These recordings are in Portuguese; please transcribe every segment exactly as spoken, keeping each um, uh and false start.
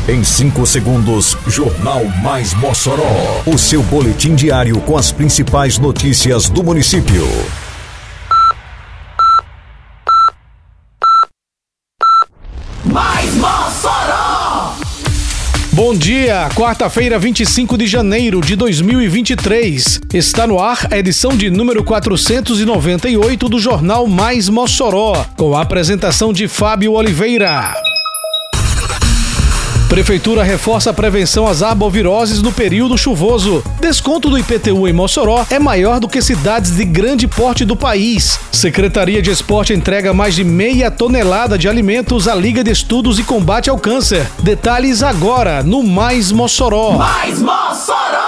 Em cinco segundos, Jornal Mais Mossoró. O seu boletim diário com as principais notícias do município. Mais Mossoró! Bom dia, quarta-feira, vinte e cinco de janeiro de dois mil e vinte e três. Está no ar a edição de número quatrocentos e noventa e oito do Jornal Mais Mossoró, com a apresentação de Fábio Oliveira. Prefeitura reforça a prevenção às arboviroses no período chuvoso. Desconto do I P T U em Mossoró é maior do que cidades de grande porte do país. Secretaria de Esporte entrega mais de meia tonelada de alimentos à Liga de Estudos e Combate ao Câncer. Detalhes agora no Mais Mossoró. Mais Mossoró!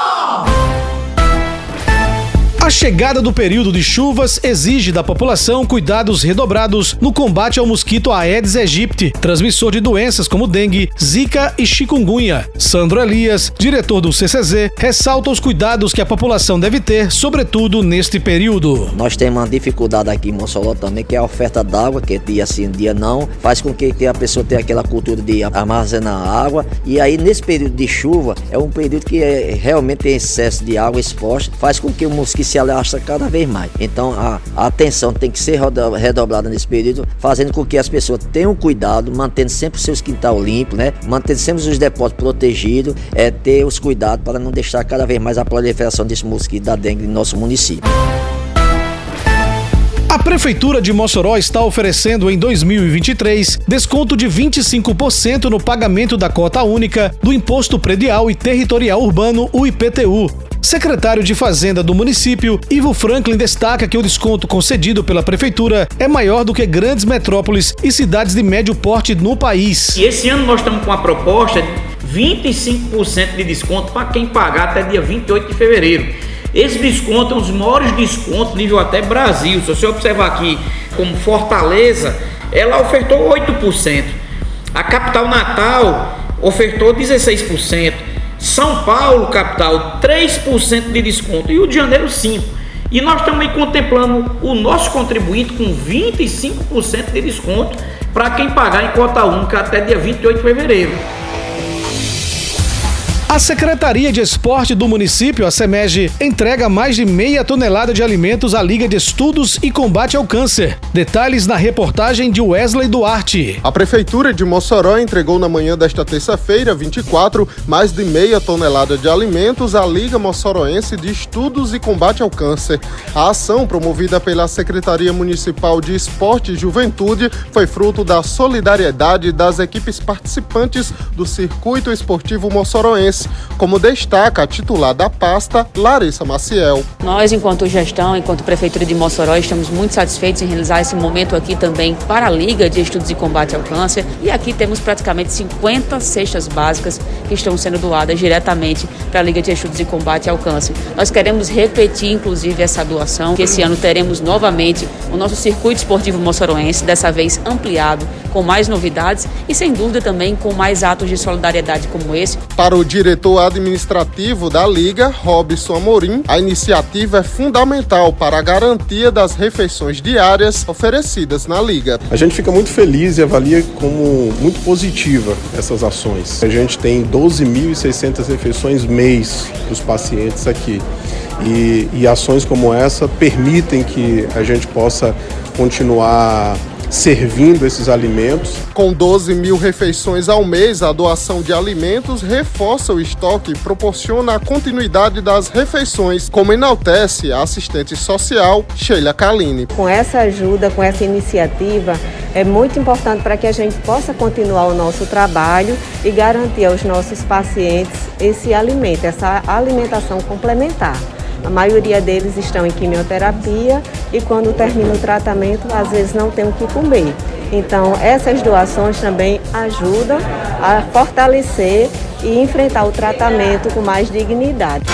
A chegada do período de chuvas exige da população cuidados redobrados no combate ao mosquito Aedes aegypti, transmissor de doenças como dengue, zika e chikungunya. Sandro Elias, diretor do C C Z, ressalta os cuidados que a população deve ter, sobretudo neste período. Nós temos uma dificuldade aqui em Mossoró também, que é a oferta d'água, que é dia sim, dia não, faz com que a pessoa tenha aquela cultura de armazenar água, e aí nesse período de chuva, é um período que é, realmente tem excesso de água exposta, faz com que o mosquito se alastra cada vez mais. Então a, a atenção tem que ser redobrada nesse período, fazendo com que as pessoas tenham cuidado, mantendo sempre os seus quintal limpo, né? Mantendo sempre os depósitos protegidos, é, ter os cuidados para não deixar cada vez mais a proliferação desse mosquito da dengue no nosso município. A Prefeitura de Mossoró está oferecendo em dois mil e vinte e três desconto de vinte e cinco por cento no pagamento da cota única do Imposto Predial e Territorial Urbano, o I P T U. Secretário de Fazenda do município, Ivo Franklin, destaca que o desconto concedido pela Prefeitura é maior do que grandes metrópoles e cidades de médio porte no país. E esse ano nós estamos com a proposta de vinte e cinco por cento de desconto para quem pagar até dia vinte e oito de fevereiro. Esse desconto é um dos maiores descontos nível até Brasil. Se você observar aqui como Fortaleza, ela ofertou oito por cento. A capital Natal ofertou dezesseis por cento. São Paulo, capital, três por cento de desconto e o Rio de Janeiro cinco por cento. E nós estamos contemplando o nosso contribuinte com vinte e cinco por cento de desconto para quem pagar em cota única até dia vinte e oito de fevereiro. A Secretaria de Esporte do município, a SEMEG, entrega mais de meia tonelada de alimentos à Liga de Estudos e Combate ao Câncer. Detalhes na reportagem de Wesley Duarte. A Prefeitura de Mossoró entregou na manhã desta terça-feira, vinte e quatro, mais de meia tonelada de alimentos à Liga Mossoroense de Estudos e Combate ao Câncer. A ação, promovida pela Secretaria Municipal de Esporte e Juventude, foi fruto da solidariedade das equipes participantes do Circuito Esportivo Mossoroense, como destaca a titular da pasta, Larissa Maciel. Nós, enquanto gestão, enquanto Prefeitura de Mossoró, estamos muito satisfeitos em realizar esse momento aqui também para a Liga de Estudos e Combate ao Câncer. E aqui temos praticamente cinquenta cestas básicas que estão sendo doadas diretamente para a Liga de Estudos e Combate ao Câncer. Nós queremos repetir, inclusive, essa doação, que esse ano teremos novamente o nosso Circuito Esportivo Mossoroense, dessa vez ampliado, com mais novidades e, sem dúvida, também com mais atos de solidariedade como esse. Para o diretor administrativo da Liga, Robson Amorim, a iniciativa é fundamental para a garantia das refeições diárias oferecidas na Liga. A gente fica muito feliz e avalia como muito positiva essas ações. A gente tem doze mil e seiscentas refeições mês para os pacientes aqui. E, e ações como essa permitem que a gente possa continuar servindo esses alimentos. Com doze mil refeições ao mês, a doação de alimentos reforça o estoque e proporciona a continuidade das refeições, como enaltece a assistente social Sheila Kaline. Com essa ajuda, com essa iniciativa, é muito importante para que a gente possa continuar o nosso trabalho e garantir aos nossos pacientes esse alimento, essa alimentação complementar. A maioria deles estão em quimioterapia e quando termina o tratamento, às vezes não tem o que comer. Então, essas doações também ajudam a fortalecer e enfrentar o tratamento com mais dignidade.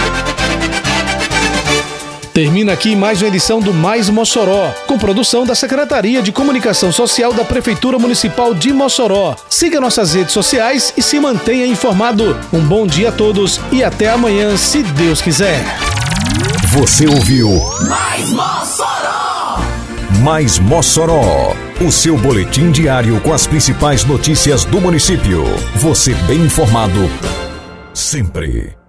Termina aqui mais uma edição do Mais Mossoró, com produção da Secretaria de Comunicação Social da Prefeitura Municipal de Mossoró. Siga nossas redes sociais e se mantenha informado. Um bom dia a todos e até amanhã, se Deus quiser. Você ouviu Mais Mossoró! Mais Mossoró, o seu boletim diário com as principais notícias do município. Você bem informado sempre.